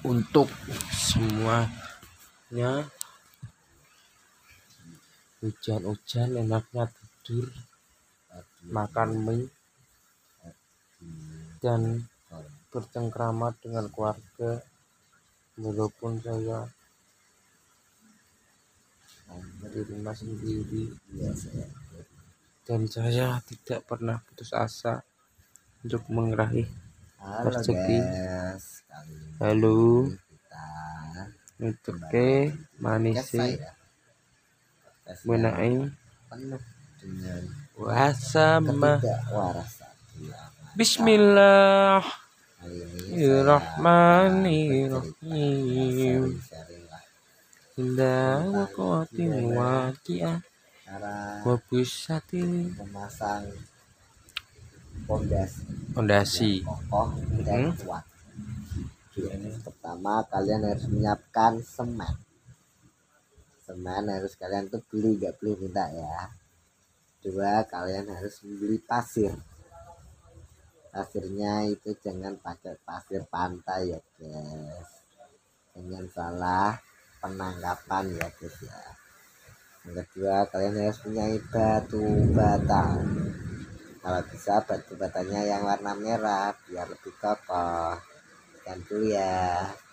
untuk semuanya. Hujan-hujan enaknya tidur, makan mie, dan bercengkrama dengan keluarga. Walaupun saya di rumah sendiri dan saya tidak pernah putus asa untuk meraih rezeki. Halo, itu ke manisi menai wasama. Bismillahirrahmanirrahim. Indah waqatin waqiah wa busatin memasang fondasi kokoh dan kuat. Pertama, kalian harus menyiapkan semen. Semen harus kalian tuh beli, gak beli minta ya. Kedua, kalian harus membeli pasir. Pasirnya itu jangan pakai pasir pantai ya guys, jangan salah penangkapan ya guys ya. Yang kedua, kalian harus punya batu bata. Kalau bisa batu batanya yang warna merah biar lebih kokoh. Sekian dulu ya.